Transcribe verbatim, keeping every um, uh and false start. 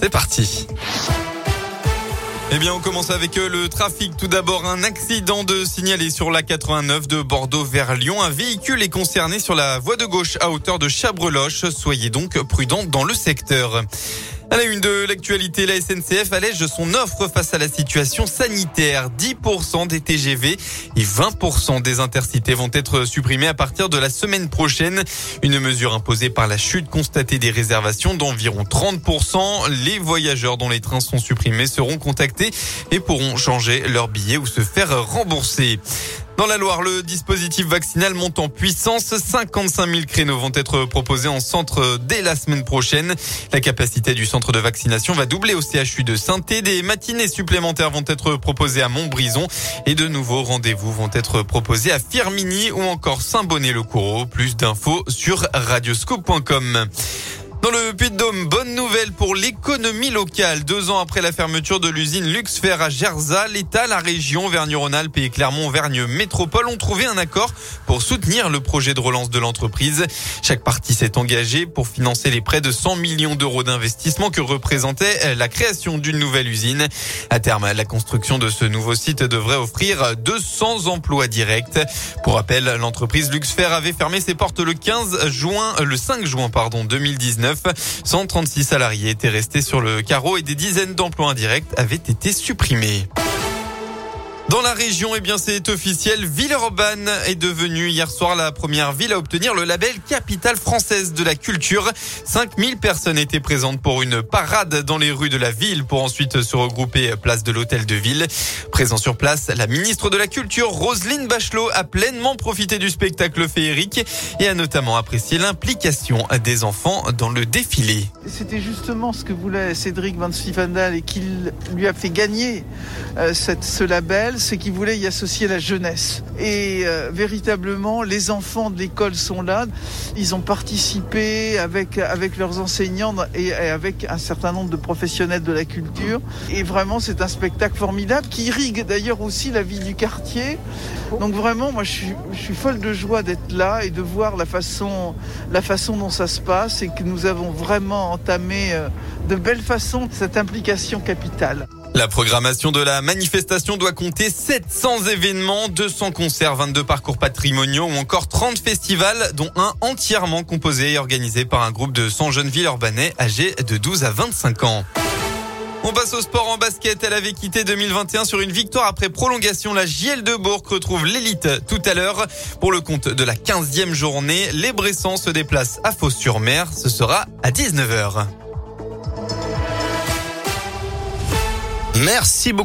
C'est parti. Eh bien, on commence avec le trafic. Tout d'abord, un accident de signalé sur la quatre-vingt-neuf de Bordeaux vers Lyon. Un véhicule est concerné sur la voie de gauche à hauteur de Chabreloche. Soyez donc prudents dans le secteur. À la une de l'actualité, la S N C F allège son offre face à la situation sanitaire. dix pour cent des T G V et vingt pour cent des intercités vont être supprimés à partir de la semaine prochaine. Une mesure imposée par la chute constatée des réservations d'environ trente pour cent. Les voyageurs dont les trains sont supprimés seront contactés et pourront changer leur billet ou se faire rembourser. Dans la Loire, le dispositif vaccinal monte en puissance. cinquante-cinq mille créneaux vont être proposés en centre dès la semaine prochaine. La capacité du centre de vaccination va doubler au C H U de Saint-Thé. Des matinées supplémentaires vont être proposées à Montbrison et de nouveaux rendez-vous vont être proposés à Firminy ou encore Saint-Bonnet-le-Coureau. Plus d'infos sur radioscoop point com. Dans le Puy-de-Dôme, bonne nouvelle pour l'économie locale. Deux ans après la fermeture de l'usine Luxfer à Gerzat, l'État, la région, Auvergne-Rhône-Alpes et Clermont-Auvergne Métropole ont trouvé un accord pour soutenir le projet de relance de l'entreprise. Chaque partie s'est engagée pour financer les près de cent millions d'euros d'investissement que représentait la création d'une nouvelle usine. À terme, la construction de ce nouveau site devrait offrir deux cents emplois directs. Pour rappel, l'entreprise Luxfer avait fermé ses portes le quinze juin, le cinq juin, pardon, deux mille dix-neuf. cent trente-six salariés étaient restés sur le carreau et des dizaines d'emplois indirects avaient été supprimés. Dans la région, eh bien, c'est officiel. Villeurbanne est devenue hier soir la première ville à obtenir le label Capitale française de la culture. cinq mille personnes étaient présentes pour une parade dans les rues de la ville pour ensuite se regrouper place de l'hôtel de ville. Présent sur place, la ministre de la Culture, Roselyne Bachelot, a pleinement profité du spectacle féerique et a notamment apprécié l'implication des enfants dans le défilé. C'était justement ce que voulait Cédric Van Stiefendal et qui lui a fait gagner euh, cette, ce label. C'est qu'il voulait y associer la jeunesse. Et euh, véritablement, les enfants de l'école sont là. Ils ont participé avec, avec leurs enseignants et, et avec un certain nombre de professionnels de la culture. Et vraiment, c'est un spectacle formidable qui irrigue d'ailleurs aussi la vie du quartier. Donc vraiment, moi, je suis, je suis folle de joie d'être là et de voir la façon, la façon dont ça se passe et que nous avons vraiment entamé euh, de belle façon cette implication capitale. La programmation de la manifestation doit compter sept cents événements, deux cents concerts, vingt-deux parcours patrimoniaux ou encore trente festivals, dont un entièrement composé et organisé par un groupe de cent jeunes Villeurbanais âgés de douze à vingt-cinq ans. On passe au sport en basket. Elle avait quitté deux mille vingt et un sur une victoire après prolongation. La J L de Bourg retrouve l'élite tout à l'heure. Pour le compte de la quinzième journée, les Bressans se déplacent à Fos-sur-Mer. Ce sera à dix-neuf heures. Merci beaucoup.